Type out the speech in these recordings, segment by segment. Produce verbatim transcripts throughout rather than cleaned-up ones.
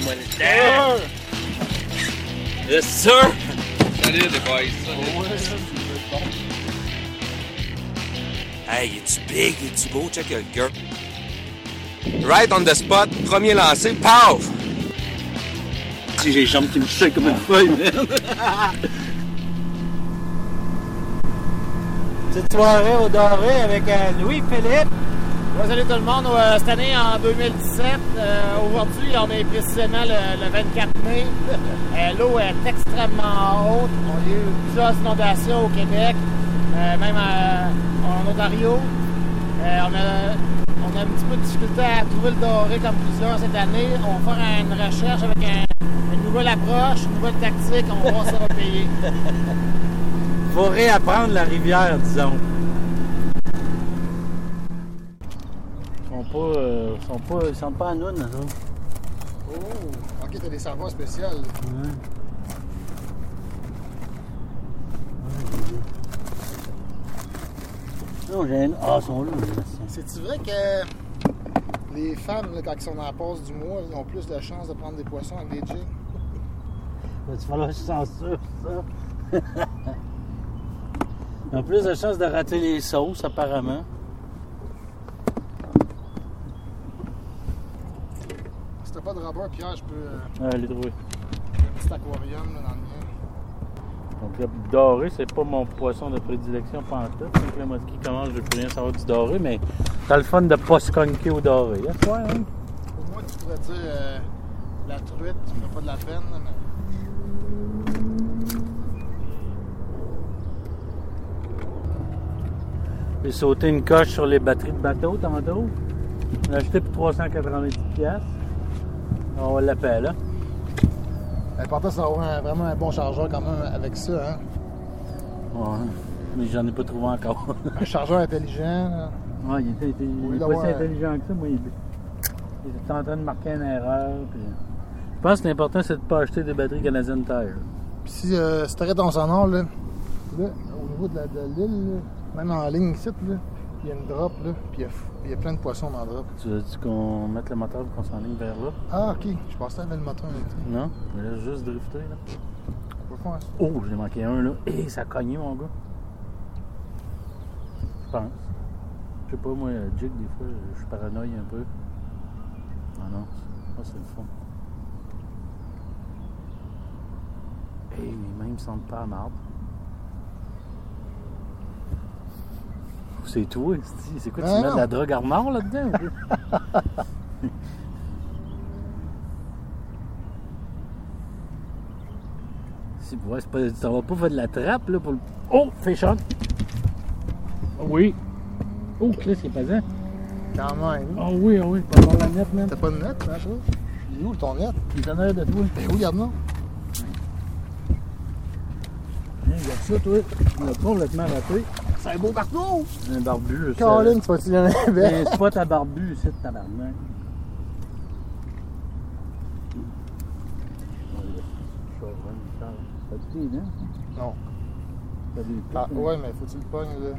moi le temps! Yes, sir! Salut, les boys! Hey, es-tu big? Es-tu beau? Check le gars. Right on the spot, premier lancé, paf! Si j'ai les jambes qui me chient comme une feuille, man! Petite soirée au Doré avec euh, Louis-Philippe. Ouais, salut tout le monde. Euh, cette année, en deux mille dix-sept, euh, aujourd'hui, on est précisément le, le vingt-quatre mai. Euh, l'eau est extrêmement haute. On a eu plusieurs inondations au Québec, euh, même à, en Ontario. Euh, on, a, on a un petit peu de difficulté à trouver le doré comme plusieurs cette année. On va faire une recherche avec un, une nouvelle approche, une nouvelle tactique. On va voir si ça va payer. Faut réapprendre la rivière, disons. Ils sont pas, euh, sont pas, ils sont pas à nous, là. Oh, ok, t'as des serveurs spéciales. Ouais. Non, j'ai un... Ah, ils sont là. C'est-tu vrai que les femmes, là, quand ils sont dans la pause du mois, ils ont plus de chances de prendre des poissons avec des jigs? Va-tu falloir que je censure ça? Ils ont plus de chances de rater les sauces, apparemment. Si t'as pas de rubber, Pierre, je peux... Euh, Ouais, les trouver. un petit aquarium là, dans le mien. Donc le doré, c'est pas mon poisson de prédilection pantoute. Donc le mosquée commence, je veux plus rien savoir du doré, mais t'as le fun de pas se conquer au doré. Hein, toi, hein? Pour moi, tu pourrais dire euh, la truite, tu ferais pas de la peine, là, mais... J'ai sauté une coche sur les batteries de bateau tantôt. On l'a acheté pour trois cent quatre-vingt-dix piastres. On va l'appeler, hein? L'important, c'est d'avoir un, vraiment un bon chargeur quand même avec ça, hein? Ouais, mais j'en ai pas trouvé encore. Un chargeur intelligent, là. Ouais, il était, il était Oui, il est pas si intelligent que ça. Moi, il, il était en train de marquer une erreur. Puis... Je pense que l'important, c'est de ne pas acheter des batteries Canadian Tire. Puis si, euh, si t'arrêtes dans son nord, là, là, au niveau de, la, de l'île, là, même en ligne ici, là, il y a une drop, là, puis il y a, il y a plein de poissons dans la drop. Tu veux-tu qu'on mette le moteur et qu'on s'enligne vers là? Ah, ok. Je pensais qu'il y avait le moteur. Là, non, je laisse juste drifter, là. on peut faire ça. Oh, j'ai manqué un, là. Hé, ça a cogné, mon gars. Je pense. Je sais pas, moi, jig, des fois, je suis paranoïe un peu. Ah non, ça, c'est le fond. Hé, mes mains me sentent pas à marde. C'est tout, c'est quoi, tu ah, mets non. de la drogue armor là-dedans? Si, ouais, c'est pas, ça va pas faire de la trappe, là, pour le... Oh, fish on! Oui! Oh, Chris, c'est pesant! Quand même. Oh oui, oh oui, pas avoir la net, man. T'as pas de net, hein, ça? Il est où ton net? Il est en arrière de toi. Ben oui, regarde-moi. Viens, regarde ça, toi. On a complètement raté. C'est un beau partout! Un barbu, ça. Caroline, tu vas-tu donner un Un spot à barbu, c'est de tabarnak. Pas de pied, hein? Non. Pas des pieds, Ah, hein? ouais, mais faut-tu le pognes, là?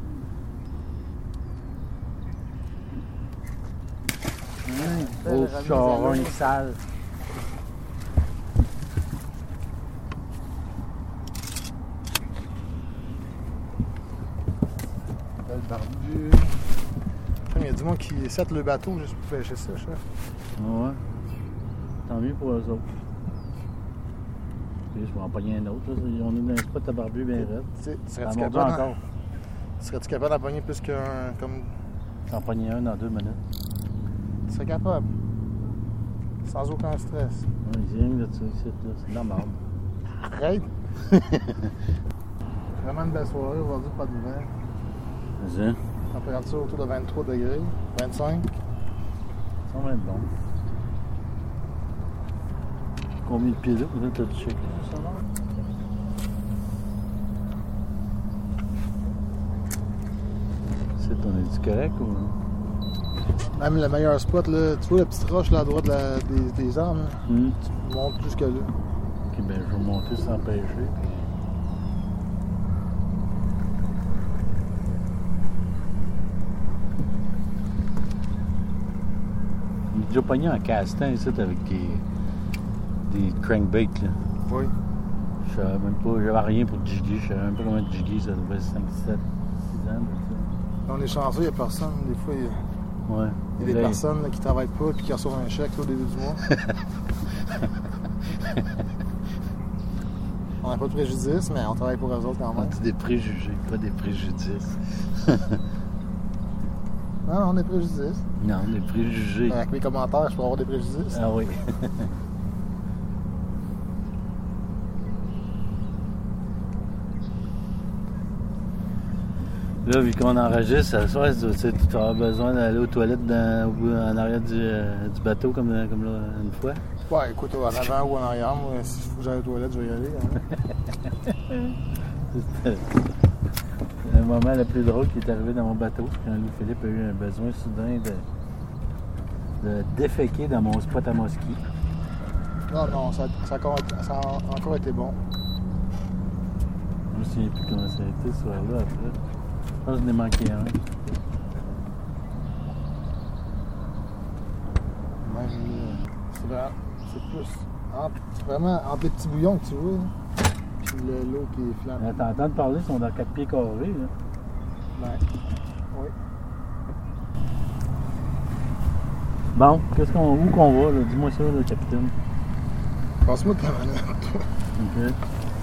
Mmh. Oh, charon sale. Le barbu. Il y a du monde qui sette le bateau juste pour pêcher ça, chef. Ouais. Tant mieux pour eux autres. Je vais en pogner un autre. Là. On est dans un spot à barbu bien raide. Serais-tu Ça capable, encore. serais-tu capable d'en pogner plus qu'un... comme... J'en pogner un dans deux minutes. Tu serais capable. Sans aucun stress. Ouais, il vient de ça ici, là. C'est de la merde. Arrête! Vraiment une belle soirée aujourd'hui, pas de vent. Vas-y. Température autour de vingt-trois degrés, vingt-cinq. Ça va être bon. Combien de pieds là? Peut-être que tu as checké ça, non? C'est ton est-tu correct ou... Même le meilleur spot, là, tu vois la petite roche là, à droite de la, des, des arbres, là, Mm. tu montes jusque là. Ok, ben je vais monter sans pêcher. Puis... J'ai déjà pogné en castin ici avec des, des crankbaits, là. Oui. Je savais même pas, j'avais rien pour jigger, je savais même pas comment jigger, ça devait être cinq, sept, six ans. On est chanceux, il n'y a personne. Des fois, il y a, Ouais. il y a des Là, personnes là, qui ne travaillent pas et qui reçoivent un chèque là, au début du mois. On n'a pas de préjudice, mais on travaille pour eux autres quand On même. dit des préjugés, pas des préjudices. Non, non, des préjudices. Non, des préjugés. Avec mes commentaires, je peux avoir des préjudices. Ah oui. Là, vu qu'on enregistre, ça soir, tu sais, tu auras besoin d'aller aux toilettes dans, en arrière du, euh, du bateau comme, comme là, une fois. Ouais, écoute, en avant ou en arrière, moi, si faut que j'aille aux toilettes, je vais y aller. Hein. C'était le moment le plus drôle qui est arrivé dans mon bateau, quand Louis-Philippe a eu un besoin soudain de, de déféquer dans mon spot à mosquée. Non, non, ça, ça, a encore, ça a encore été bon. Je me souviens plus comment ça a été ce soir-là après. Je pense que je n'ai manqué un. Même, euh, c'est vrai, c'est plus. entre- C'est vraiment entre les petits bouillons que tu vois, là, puis le- l'eau qui est flamme. Là, t'entends parler, ils sont dans quatre pieds carrés. Là. Ouais. Oui. Bon, qu'est-ce qu'on, où qu'on va? Là? Dis-moi ça, là, capitaine. Passe-moi ta manette. OK.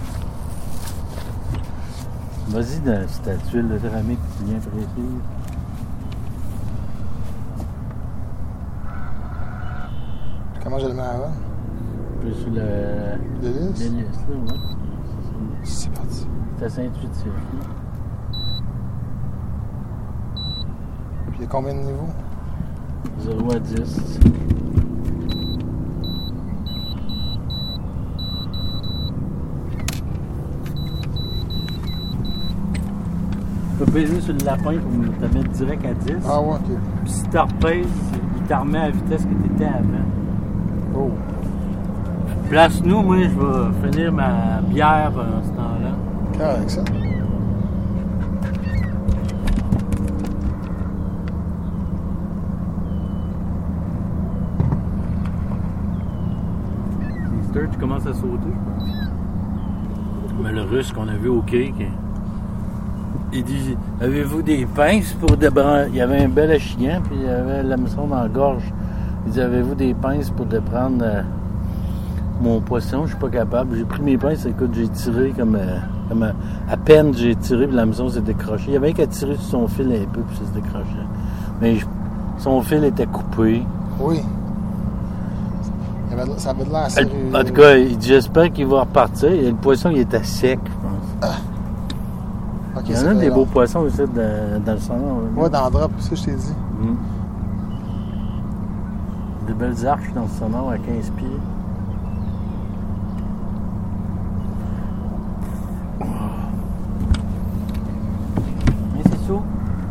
Vas-y dans cette tuile de céramique bien précise. Comment je le mets avant? Puis sur le... L'hélice? l'hélice, là, ouais. C'est parti. C'est assez intuitif, là. Puis il y a combien de niveaux? zéro à dix. Tu peux peser sur le lapin pour te mettre direct à dix. Ah ouais, ok. Puis si tu repèses, il te remet à la vitesse que tu étais avant. Oh. Place-nous, moi, je vais finir ma bière pendant ce temps-là. Correct, ça. Mister, tu commences à sauter, je pense. Mais le russe qu'on a vu au quai, qui- il dit « Avez-vous des pinces pour débrancher... » Il y avait un bel échien, puis il y avait l'hameçon dans la gorge. Il dit « Avez-vous des pinces pour déprendre euh, mon poisson? » Je suis pas capable. J'ai pris mes pinces, écoute, j'ai tiré comme... euh, comme euh, à peine j'ai tiré, puis l'hameçon s'est décroché. Il y avait qu'à tirer sur son fil un peu, puis ça se décrochait. Mais je- son fil était coupé. Oui. Il y avait de- ça avait de l'air assez... Elle- En tout cas, il dit, j'espère qu'il va repartir. Et le poisson, il était sec, je pense. Ok, Il y en ça a fait des long. beaux poissons aussi dans, dans le salon. Ouais, dans le drop, ça, je t'ai dit. Mm. Des belles arches dans le sonore à quinze pieds. Mais c'est ça.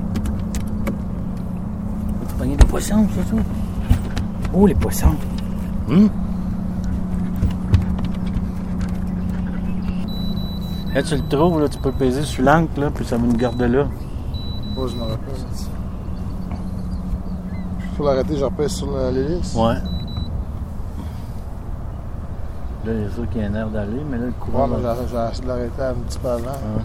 Tu pognes des poissons, c'est ça? Oh, les poissons! Hum? Là, tu le trouves, là, tu peux peser sur l'ancre, là, puis ça va nous garder là. Ouais, je me rappelle. Faut l'arrêter, je repèse sur la- l'hélice. Ouais. Là, il y a sûr qu'il y a un air d'aller, mais là, le courant... Ouais, mais j'ai j'ai essayé de l'arrêter un petit peu avant. Ouais.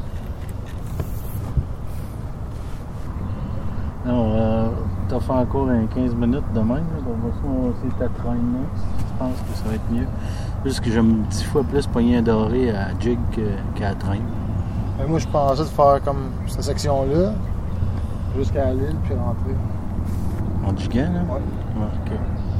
Non, euh, t'as fait encore un quinze minutes de même, là. On va voir si on va essayer ta traîne, là. Je pense que ça va être mieux. Juste que j'aime dix fois plus pogner un doré à jig que- qu'à la traîne. Mais moi, je pensais de faire comme cette section-là, jusqu'à l'île, puis rentrer. En jiguant, là? Ouais. Ouais, ok.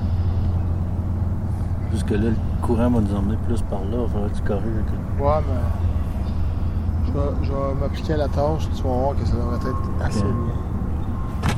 Juste que là, le courant va nous emmener plus par là. Il va falloir que tu corriges avec le... Ouais, mais je vais, je vais m'appliquer à la tâche, tu vas voir que ça devrait être assez Ok. bien.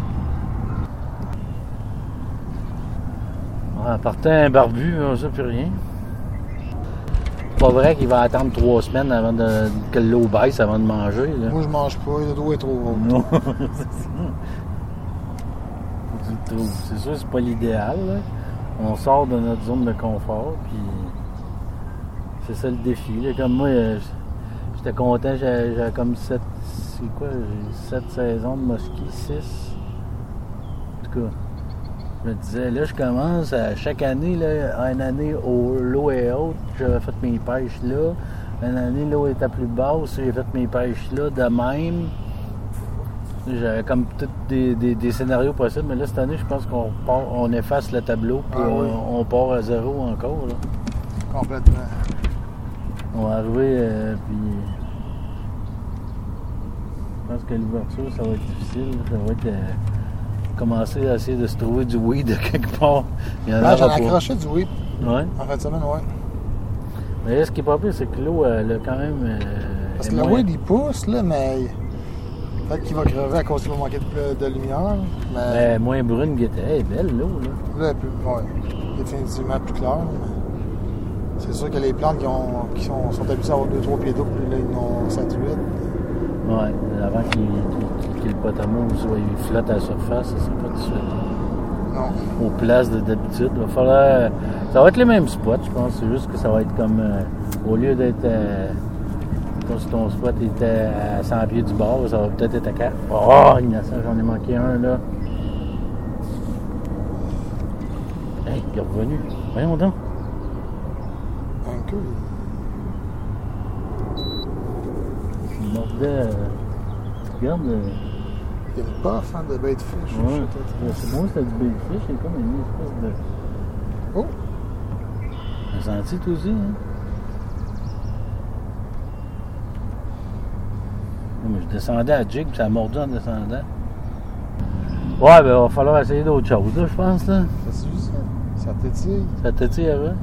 Ouais, partant un barbu, on sait plus rien. Pas vrai qu'il va attendre trois semaines avant de, que l'eau baisse avant de manger, là. Moi, je mange pas, le dos est trop haut. Non, c'est ça. Faut que tu le trouves. C'est sûr, c'est pas l'idéal, là. On sort de notre zone de confort, puis c'est ça le défi, là. Comme moi, euh, j'étais content, j'ai j'ai comme sept, c'est quoi, j'ai sept saisons de mosquée, six. En tout cas, Je me disais, là, je commence à chaque année, là, une année où l'eau est haute, j'avais fait mes pêches là. Une année, l'eau était plus basse, j'ai fait mes pêches là de même. J'avais comme tous des, des, des scénarios possibles, mais là, cette année, je pense qu'on part, on efface le tableau, puis Ah, on, oui. on part à zéro encore. Là. Complètement. On va arriver, euh, puis. Je pense que l'ouverture, ça va être difficile. Ça va être. Euh, commencer à essayer de se trouver du weed de quelque part. Il y en Là, aura j'en ai pas. accroché du weed Ouais. en fin de semaine, ouais. Mais là, ce qui est pas pire, c'est que l'eau, elle a quand même. Euh, Parce est que le moins- weed, il pousse, là, mais peut-être qu'il va crever à cause qu'il va manquer de, de lumière. Mais Ben, moins brune qu'elle était. Elle est belle, l'eau, là. là, elle est plus, ouais, définitivement plus clair. mais C'est sûr que les plantes qui, ont, qui sont, sont habituées à avoir deux trois pieds d'eau, puis là, ils ont sept huit. Ouais. Avant qu'il qu'il, qu'il, le potamon soit il flotte à la surface, ça sera pas tout de suite. Non. Aux places de, d'habitude. Il va falloir. Ça va être les mêmes spots, je pense. C'est juste que ça va être comme. Euh, au lieu d'être. Euh, comme si ton spot était à cent pieds du bord, ça va peut-être être à quatre. Oh, innocent, j'en ai manqué un, là. Hey, il est revenu. Voyons donc. Un queue. Il mordait. Euh, regarde. Euh, Il y a une puff hein, de bait de fish. ouais, je sais pas. c'est moi, c'était du baitfish. C'est comme une espèce de. Oh! Un senti, toi aussi, hein? Non, mais je descendais à jig, puis ça a mordu en descendant. Ouais, ben, il va falloir essayer d'autres choses, là, je pense, là. C'est juste ça. Ça t'étire. Ça te tire, hein?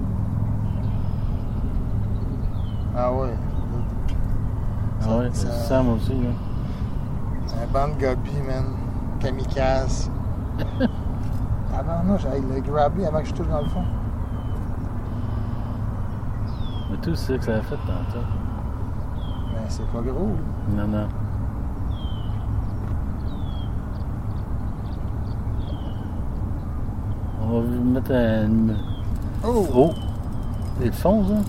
Ah ouais. Ah ouais, ça- ça se sent, moi aussi, là. Un banc de gobi, man. Kamikaze. Ah non, non, j'allais le grabber avant que je touche dans le fond. Mais tout c'est ça que ça a fait tantôt. Mais c'est pas gros, là. Non, non. On va vous mettre un. Oh! Oh! C'est le fond, ça?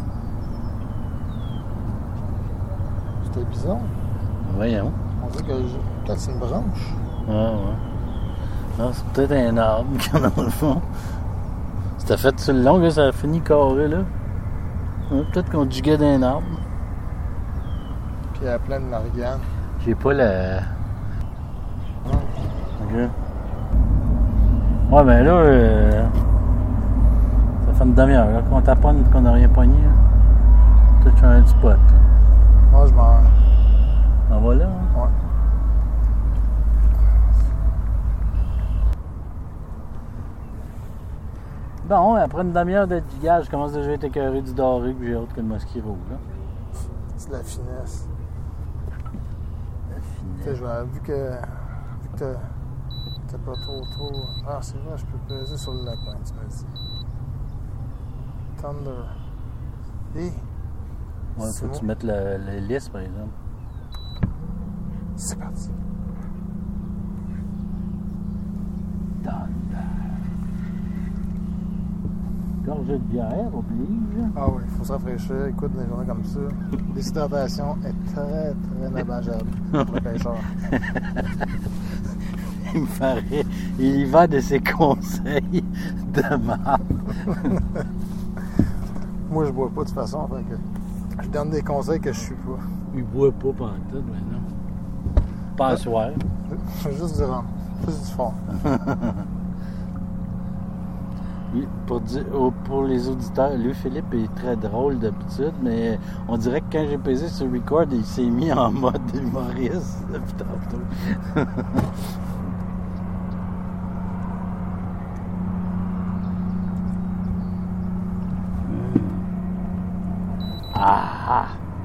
C'était bizarre. Voyons. On dirait que je- peut-être c'est une branche. Ouais, ouais. Non, c'est peut-être un arbre qu'il y en a dans le fond. C'était fait sur le long, là, ça a fini carré, là. Ouais, peut-être qu'on jiguait d'un arbre. Puis il y a plein de mariganes. J'ai pas la. Ouais. Ok. Ouais, ben là, euh, ça fait une demi-heure là, qu'on taponne et qu'on n'a rien pogné. Là. Peut-être un spot. Là. Moi, je m'en. On va là. Hein? Ouais. Bon, après une demi-heure de digage, je commence déjà à être écœuré du doré puis j'ai hâte que le mosquée roule. Là. C'est de la finesse. La Tu sais, je vais- vu que. Vu que t'as. T'as pas trop trop. Ah, c'est vrai, je peux peser sur le lapin, tu m'as dit. Thunder. Et. Ouais, faut que tu mettes le, le lisse, par exemple. C'est parti. Gorgée de bière, oblige. Ah oui, il faut se rafraîchir. Écoute, dans les journées comme ça, l'hydratation est très, très nabageable pour le pêcheur. Il me ferait. Il y va de ses conseils de marde. Moi, je bois pas de toute façon, fait que je donne des conseils que je suis pas. Il boit pas pendant tout, mais non. Pas à soir. Je veux juste du rhum, juste du fond. Lui, Pour, dire- au- pour les auditeurs, lui, Philippe est très drôle d'habitude, mais on dirait que quand j'ai pesé sur record, il s'est mis en mode humoriste depuis tantôt. Ah ah!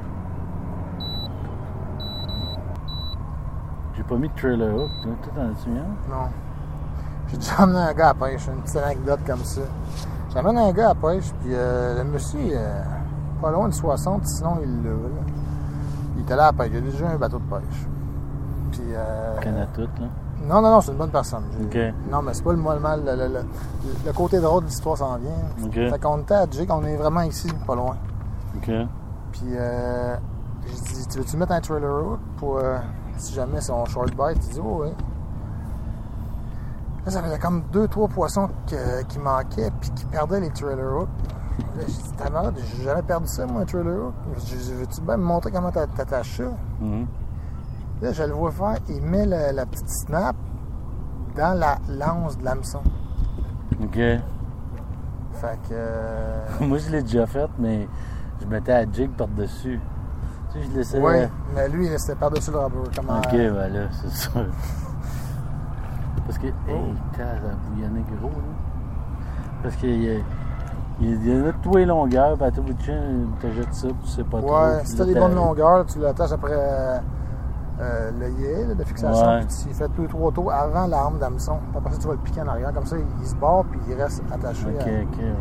J'ai pas mis de trailer hook, toi, tout en dessus, hein? Non. J'ai déjà amené un gars à la pêche, une petite anecdote comme ça. J'amène un gars à la pêche, puis euh, le monsieur, euh, pas loin de soixante, sinon il l'a. Là. Il était là à la pêche, il a déjà un bateau de pêche. Puis. Euh, Qu'on a toutes, là. non, non, non, c'est une bonne personne. J'ai- Ok. Non, mais c'est pas le mal, mal le, le, le, le côté drôle de l'histoire s'en vient. Ok. Fait qu'on était à Jig, on est vraiment ici, pas loin. Ok. Puis, euh, j'ai dit, tu veux-tu mettre un trailer hook pour, euh, si jamais c'est un short bite? Il dit, oh, oui. Là, ça faisait comme deux, trois poissons que, qui manquaient puis qui perdaient les trailer hooks. Là, j'ai dit, t'as malade, j'ai jamais perdu ça, moi, un trailer hook. Je dis, veux-tu bien me montrer comment t'attaches ça? Mm-hmm. Là, je le vois faire, il met le, la petite snap dans la lance de l'hameçon. OK. Fait que... Euh... Moi, je l'ai déjà fait, mais je mettais la jig par-dessus. Tu sais, je laissais... Oui, mais lui, c'était par-dessus le rubber. Comment... OK, ben là, c'est ça. Parce que... Oh. Hey, t'as bouillonné gros, là. Parce qu'il y a... Il y en a de tous les longueurs, puis à tout bout de champ, tu jettes ça, puis tu sais pas ouais, trop. Ouais, si t'as des bonnes longueurs, tu l'attaches après euh, l'œillet de fixation, ouais. Puis tu fais deux trois tours avant l'arme d'hameçon. Après ça, tu vas le piquer en arrière, comme ça, il se barre, puis il reste attaché. OK, à... OK, ouais.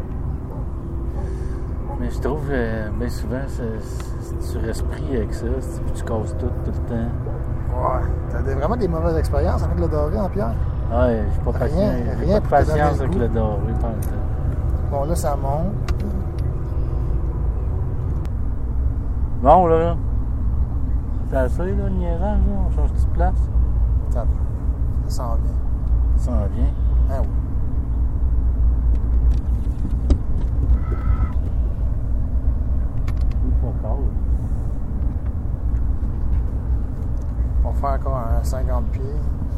Mais je trouve, euh, bien souvent, c'est, c'est, tu restes pris avec ça, puis tu casses tout, tout le temps. Ouais, t'as des, vraiment des mauvaises expériences avec le doré en pierre? Ouais, j'ai pas, rien, patient, j'ai rien pas de patience avec le doré, pas le temps. Bon, là, ça monte. Bon, là, c'est assez, là, le niaisage, là? On change de place? Ça, ça s'en vient. Ça s'en vient? Ah oui. Il faut encore. On va faire encore un cinquante pieds.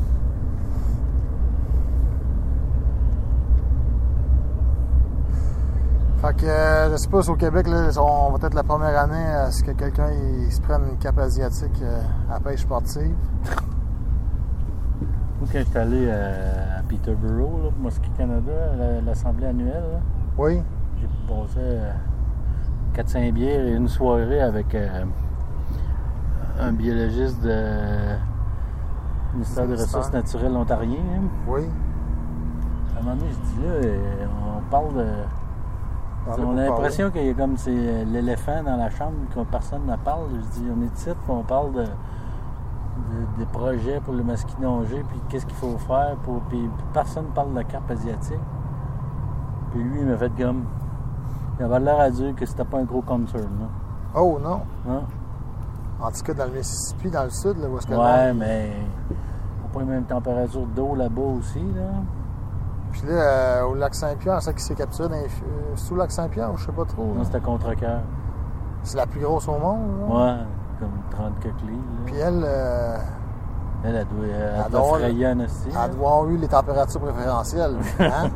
Fait que, euh, je sais pas si au Québec, là, on va être la première année à ce que quelqu'un il se prenne une cape asiatique euh, à pêche sportive. Moi, quand j'étais allé à Peterborough, là, pour Muskie Canada, à l'assemblée annuelle, là, oui. J'ai passé euh, quatre cinq bières et une soirée avec euh, un biologiste du ministère des Ressources naturelles ontarien. Hein. Oui. À un moment donné, je dis là, on parle de... On a l'impression qu'il y a comme c'est l'éléphant dans la chambre, que personne ne parle. Je dis, on est ici, puis on parle de, de, des projets pour le masquinongé, puis qu'est-ce qu'il faut faire, pour, puis personne ne parle de la carpe asiatique. Puis lui, il m'a fait comme... Il avait l'air à dire que c'était pas un gros concern, là. Oh non! Non? En tout cas, dans le Mississippi, dans le sud, là, où est-ce que... Ouais, mais... On n'a pas les mêmes températures d'eau là-bas aussi, là. Puis là, euh, au lac Saint-Pierre, c'est ça qui s'est capturé dans les... euh, sous le lac Saint-Pierre, je sais pas trop. Non, c'était Contrecœur. C'est la plus grosse au monde, là. Ouais, comme trente quelques livres. Puis elle... Euh... Elle, elle doit, elle elle doit doit frayer un aussi. Elle doit avoir eu les températures préférentielles, hein?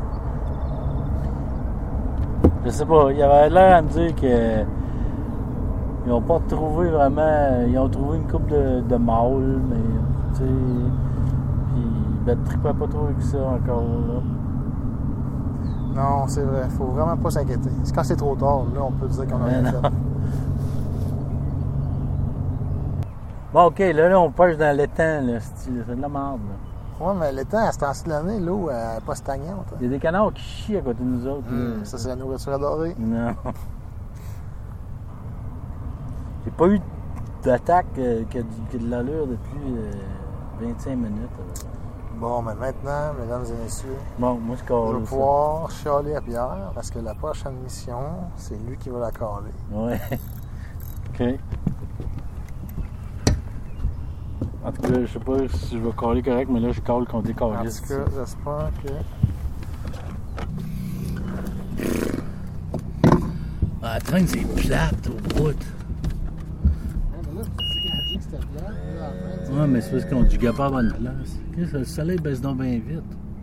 Je sais pas, il avait l'air à me dire que ils n'ont pas trouvé vraiment... Ils ont trouvé une couple de, de mâles, mais, tu sais... Ben, ne trippait pas trop avec ça encore, là. Non, c'est vrai. Faut vraiment pas s'inquiéter. C'est quand c'est trop tard, là, on peut dire qu'on a rien fait. Bon, OK, là, là on pêche dans l'étang, là. C'est de la merde, là. Ouais, mais l'étang, à ce temps-ci de l'année, l'eau, elle n'est pas stagnante. Hein. Il y a des canards qui chient à côté de nous autres. Mmh, ça, c'est la nourriture adorée. Non. J'ai pas eu d'attaque euh, qui, a, qui a de l'allure depuis euh, vingt-cinq minutes. Là. Bon, mais maintenant, mesdames et messieurs, bon, moi, je, je vais pouvoir chialer à Pierre parce que la prochaine mission, c'est lui qui va la caler. Ouais. OK. En tout cas, je sais pas si je vais caler correct, mais là, je cale qu'on décale. En tout cas, j'espère que... Ah, la traîne, c'est plate au bout. Ouais, mais c'est parce qu'on ne giga pas à bonne place. Okay, le soleil baisse donc bien vite.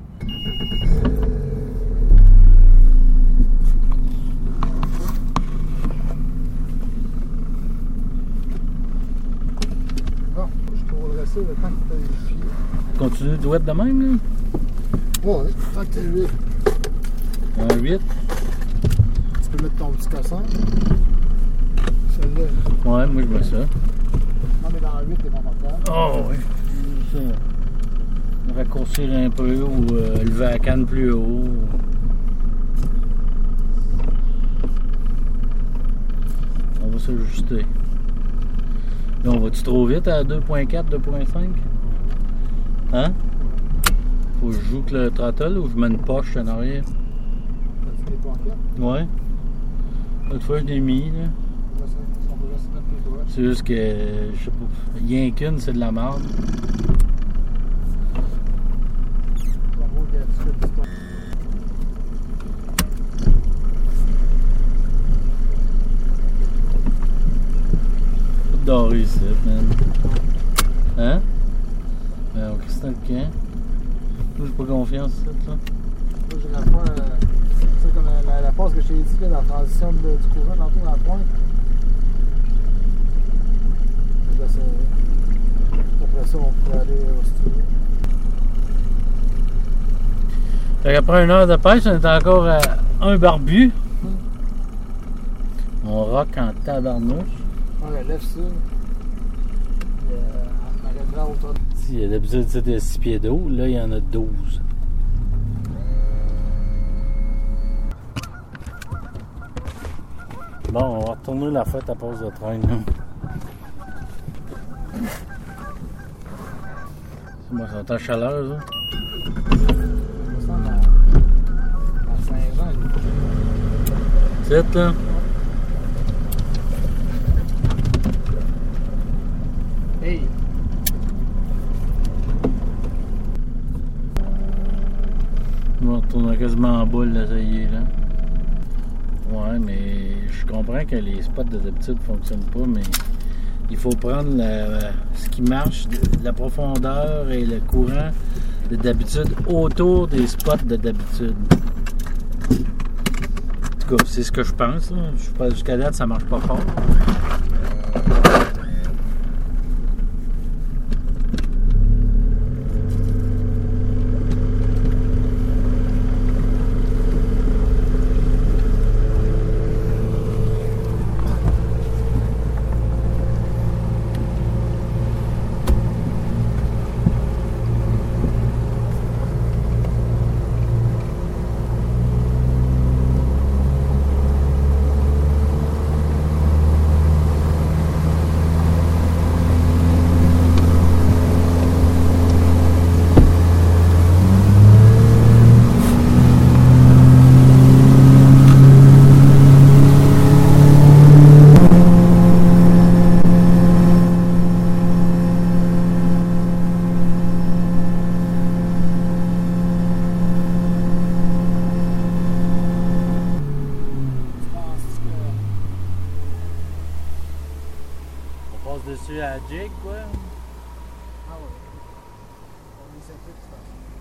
Bon, je pourrais le rester le temps que tu as les pieds. Continue de de même, là? Oui, tant que tu as huit. Un huit. Tu peux mettre ton petit cossin. Celui-là. Ouais, moi je vois ça. Non, mais dans le huit, t'es confortable. Oh, oui. Ça. Raccourcir un peu ou euh, lever la canne plus haut. On va s'ajuster. Là, on va-tu trop vite à deux point quatre, deux point cinq? Hein? Faut que je joue que le throttle ou je mets une poche en arrière? T'as-tu des points? Ouais. L'autre fois, je l'ai mis, là. C'est juste que, je sais pas, rien qu'une, c'est de la merde. barré ici, man. Hein? Ben, ok, c'est le camp. Moi, j'ai pas confiance, ça, là. Moi, je dirais pas. Euh, c'est comme la, la, la phase que je t'ai dit, là, dans la transition de, du courant, tantôt dans la pointe. Là, c'est. Après ça, on pourrait aller au studio. Fait qu'après une heure de pêche, on est encore à un barbu. On rock en tabarnouche. On relève ça. Et, euh, on arrivera à hauteur de... Si, d'habitude, c'était six pieds d'eau. Là, il y en a douze. Bon, on va retourner la fête à pause de train. Moi, c'est en chaleur, là. Ça ressemble à, à Saint-Jean. C'est là. Hey! On va retourner quasiment en boule, là, ça y est, là. Ouais, mais je comprends que les spots de d'habitude ne fonctionnent pas, mais il faut prendre la, ce qui marche, la profondeur et le courant de d'habitude autour des spots de d'habitude. En tout cas, c'est ce que je pense. Là. Je pense jusqu'à date, ça marche pas fort. Dessus à la jig, quoi. Ah ouais. On essaie tout ça.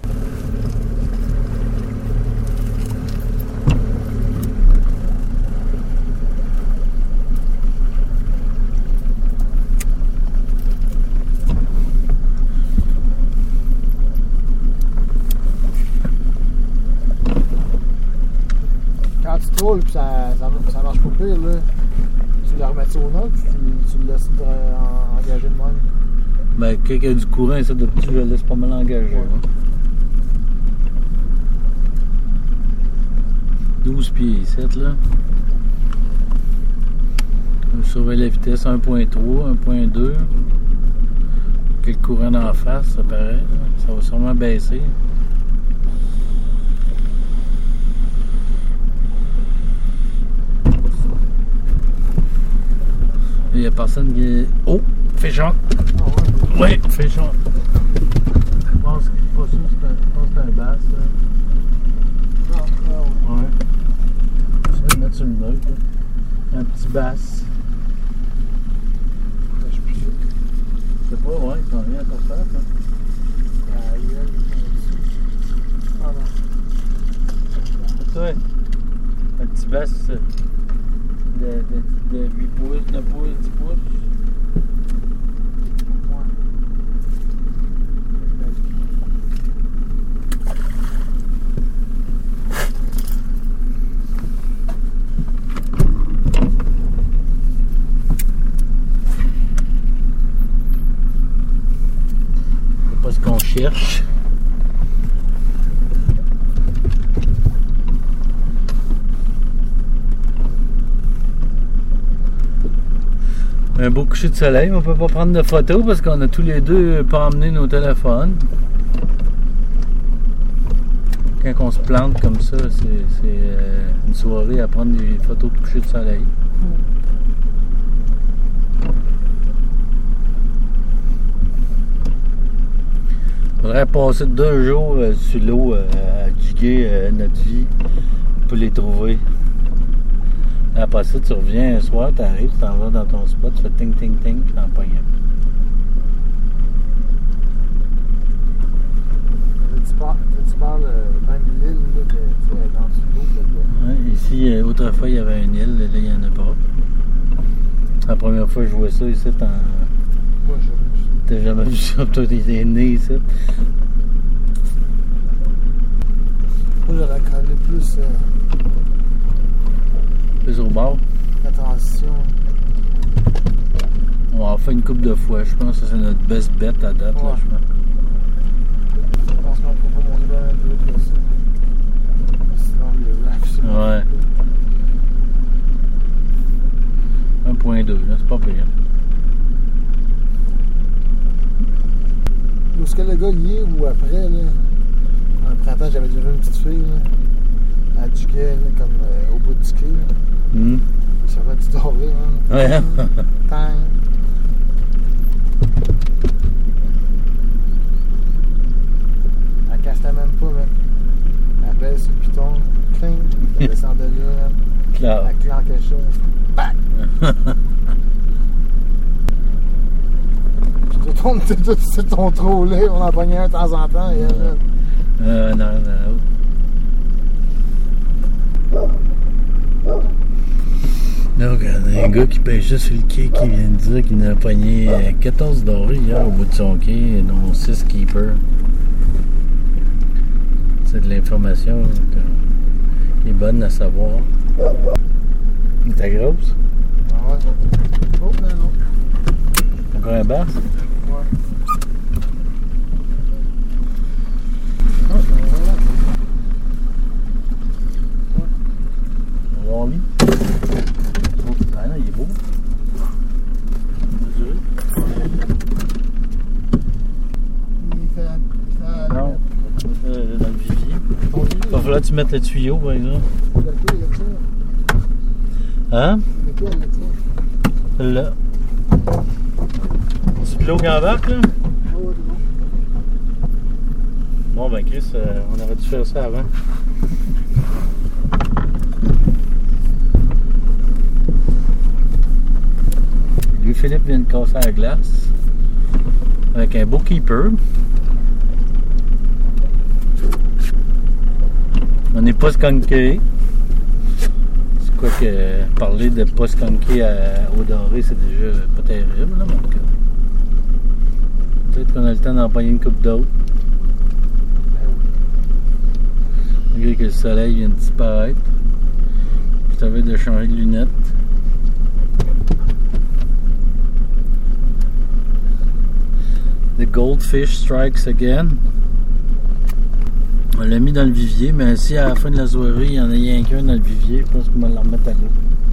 Quand tu trouves et ça, ça, ça marche pas pire, là. Tu le remets au nôtre, tu, tu le laisses en, engagé de même. Ben, quand il y a du courant, ça de petit, je le laisse pas mal engagé. Ouais. Hein. douze pieds, sept là. Je surveille la vitesse un point trois, un point deux. Quel courant d'en face, ça paraît. Là. Ça va sûrement baisser. Il n'y a personne qui est... Oh! Féchon! Ah ouais? Oui, féchon! Je pense que c'est pas sûr, c'est un, je pense que c'est un bass. Là. Non, non. Ouais. Je vais le mettre sur le neutre. Un petit bass. Je suis plus sûr. Je sais pas, ouais, il s'en vient à ta face. Hein. Ah, il y a dessus. Ah non. C'est ça. Un petit bass de, de, de huit pouces, neuf pouces, dix pouces. C'est pas ce qu'on cherche. Un beau coucher de soleil, on peut pas prendre de photos parce qu'on a tous les deux pas emmené nos téléphones. Quand on se plante comme ça, c'est euh, une soirée à prendre des photos de coucher de soleil. Faudrait passer deux jours euh, sur l'eau euh, à jiguer euh, notre vie pour les trouver. Après ça, tu reviens un soir, tu arrives, tu t'en vas dans ton spot, tu fais ting ting ting, tu t'en pognes. Tu parles, tu parles même de l'île, là, que tu es dans le l'eau. Ouais, ici, euh, autrefois, il y avait une île, là, il n'y en a pas. La première fois que je vois ça ici, t'en... Moi, je T'as jamais vu ça, toi, t'es né ici. Moi, j'aurais collé plus euh, Plus au bord. la transition. On va faire une couple de fois. Je pense que c'est notre best bet à date, Ouais. là, je pense. Je pense qu'on peut pas monter un peu plus que ça. Sinon, le rack, c'est Ouais. un virgule deux, là, c'est pas pire. Où est-ce que le gars y est ou après, là? En printemps, j'avais déjà vu une petite fille, là. À du quai, là, comme euh, au bout du quai, là. Hum. Ça va du doré, hein. Ouais. Tang. Elle castait même pas, mais elle pèse sur le piton, cling, elle descendait là, Claire. elle clanque quelque chose. Bac! Je te tourne tout sur ton trollet, on en pognait un de temps en temps, et elle, là. Euh, non, non. Là, regarde, un gars qui pêchait sur le quai qui vient de dire qu'il en a pogné quatorze dorés hier au bout de son quai, dont six keepers. C'est de l'information qui est bonne à savoir. T'es grosse? Ah ouais. Oh, non, non. Encore un basse? Ouais. On va voir lui. Oh, ah non, il est beau. Mesuré. Il fait la... la- Non, on va te mettre euh, dans le vivier. ton lit, Il va falloir que tu mettes le tuyau, par exemple. le cul, il y a ça. Hein? Le cul, il y a ça. Là. C'est de l'eau qui embarque, là? Ah ouais, c'est bon. Bon, ben, Chris, euh, on aurait dû faire ça avant. Louis-Philippe vient de casser la glace avec un beau keeper. On n'est pas skunké. C'est quoi que parler de pas skunké à eau dorée, c'est déjà pas terrible, là, mais en tout cas. Peut-être qu'on a le temps d'empoigner une coupe d'eau. Malgré que le soleil vient de disparaître. Je t'avais de changer de lunettes. The goldfish strikes again. On l'a mis dans le vivier, mais si à la fin de la soirée, il y en a rien qu'un dans le vivier, je pense qu'on va le remettre à l'eau.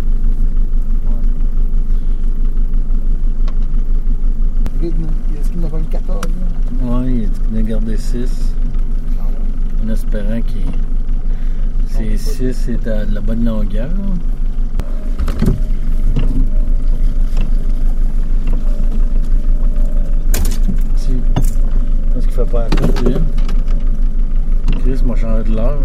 Est-ce qu'il n'y en a pas une quatorze? Oui, il en a gardé six. En espérant que ces six est à de la bonne longueur. Si. Je pense qu'il fait pas la toute une. Chris m'a changé de l'heure.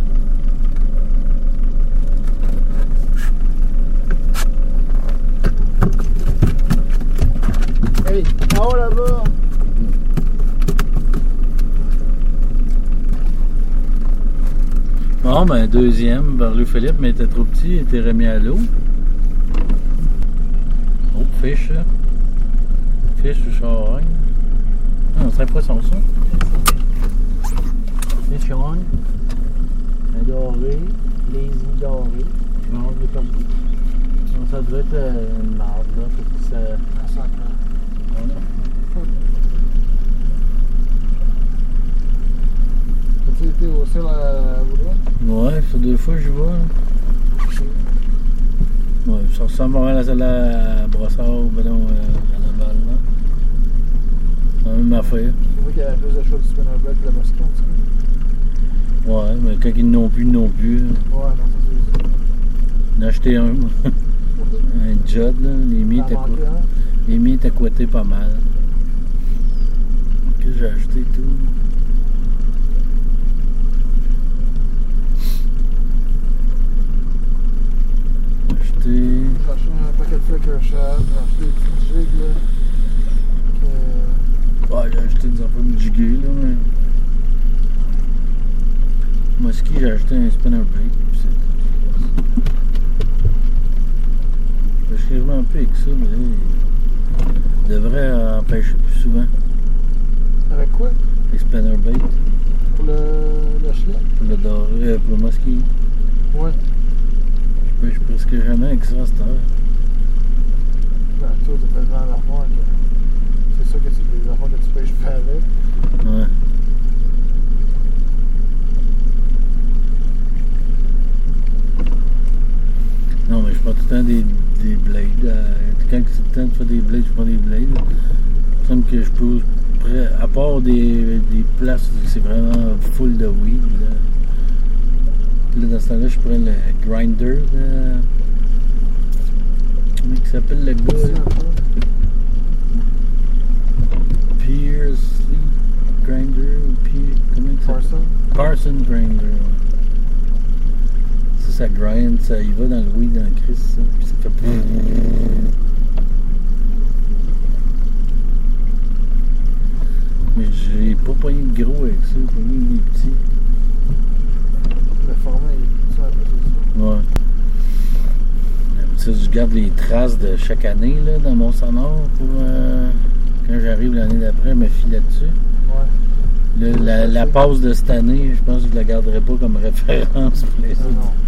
Hey, en haut là-bas! Bon, ben, deuxième, vers Louis-Philippe, mais il était trop petit, il était remis à l'eau. Oh, fiche, là. Fiche ou charogne. Non, c'est un poisson, ça. Fiche charogne. Un doré. Lazy doré. Je mange les comme donc, ça devait être euh, une marde, là, pour que ça... Un sac, là. Voilà. As-tu été au ciel à Vaudreuil? Ouais, ça fait deux fois que je vois. Là. Ouais, ça ressemble à la salle à Brossard ou ben non, euh, à Laval, là. C'est la même affaire. C'est vrai qu'il y avait plus de choses du spinner black que le mosquito, en tout cas. Ouais, mais quand ils n'ont plus, ils n'ont plus. Ouais, non, ça c'est ça. J'en ai acheté un, moi. Un Judd, là. Les miens étaient T'en manquait co- un? les miens étaient cotés pas mal. Qu'est-ce que j'ai acheté tout? J'ai Shad, j'ai acheté des petites jigs, là. Que... Ouais, j'ai acheté des affaires de jiguer, là, mais. Musky, j'ai acheté un spinnerbait, puis c'est tout. Je suis vraiment peu avec ça, mais là, il devrait en pêcher plus souvent. Avec quoi? Les spinnerbaits. Pour le, le chien? Pour le doré, euh, pour le musky. Ouais. Je pêche presque jamais avec ça à cette heure. Ben, toi, t'as tellement d'affaires que. C'est sûr que c'est des affaires que tu pêches pas avec. Ouais. Non, mais je prends tout le temps des, des blades. Euh, quand c'est le temps de faire des blades, je prends des blades. Il me semble que je peux, à part des, des places où c'est vraiment full de weed. Là, là dans ce temps-là, je prends le grinder. Là. Comment il s'appelle le gars? Là? Pierce Grinder ou Pierce. Comment il s'appelle? Parson. Parson Grinder. Ça, ça grind, ça y va dans le weed, dans le Christ, ça. Puis ça fait. Mais j'ai pas pogné de gros avec ça, j'ai pogné des petits. Le format est ça, un peu c'est ça. Ouais. Ça, je garde les traces de chaque année là, dans mon sonore pour euh, quand j'arrive l'année d'après, me filer dessus. Ouais. Là, la, la pause de cette année, je pense que je la garderai pas comme référence pour les Ah, autres. non.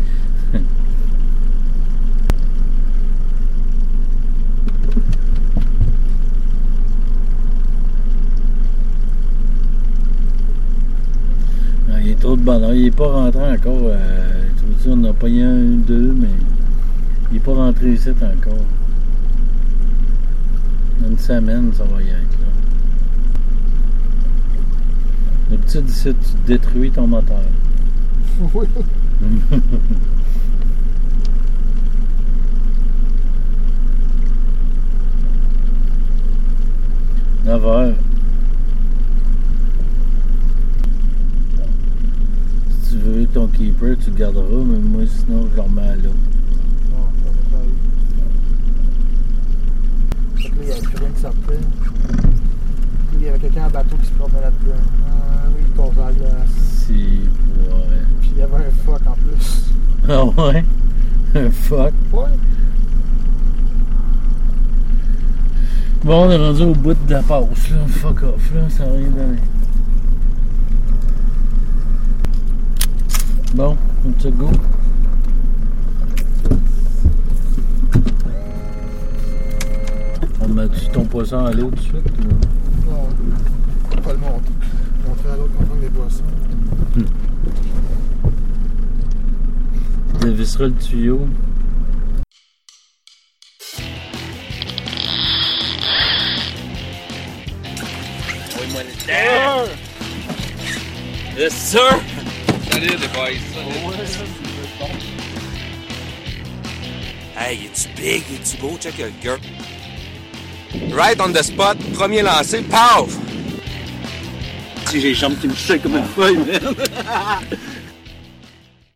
Non, il est trop de bonheur. Il n'est pas rentré encore. Euh, tu veux dire, on n'a pas eu un ou deux, mais il n'est pas rentré ici encore. Dans une semaine, ça va y être là. D'habitude, ici, tu détruis ton moteur. Oui. neuf heures. Si tu veux ton keeper, tu le garderas, mais moi, sinon, je le remets à l'eau. Non, ça va pas aller. Fait que là, il y avait plus rien qui sortait. Il y avait quelqu'un en bateau qui se promenait là-dedans. Ah oui, il tombait à la glace. Si, ouais. Puis il y avait un phoque en plus. Ah ouais? Un fuck. Ouais. Bon, on est rendu au bout de la passe, là. Fuck off, là. Ça n'a rien donné. Bon, on te go. On met-tu ton poisson à l'eau tout de suite? Ou... Non, pas le monter. Montrer à l'autre qu'on prend des boissons. Hmm. Tu dévisseras le tuyau. Oui-moi le terre! Yes, sir! Salut les boys! Hey, es-tu big? Es-tu beau? Check le gars. Right on the spot, premier lancé, paf! Si j'ai les jambes qui me chèquent comme une feuille, man!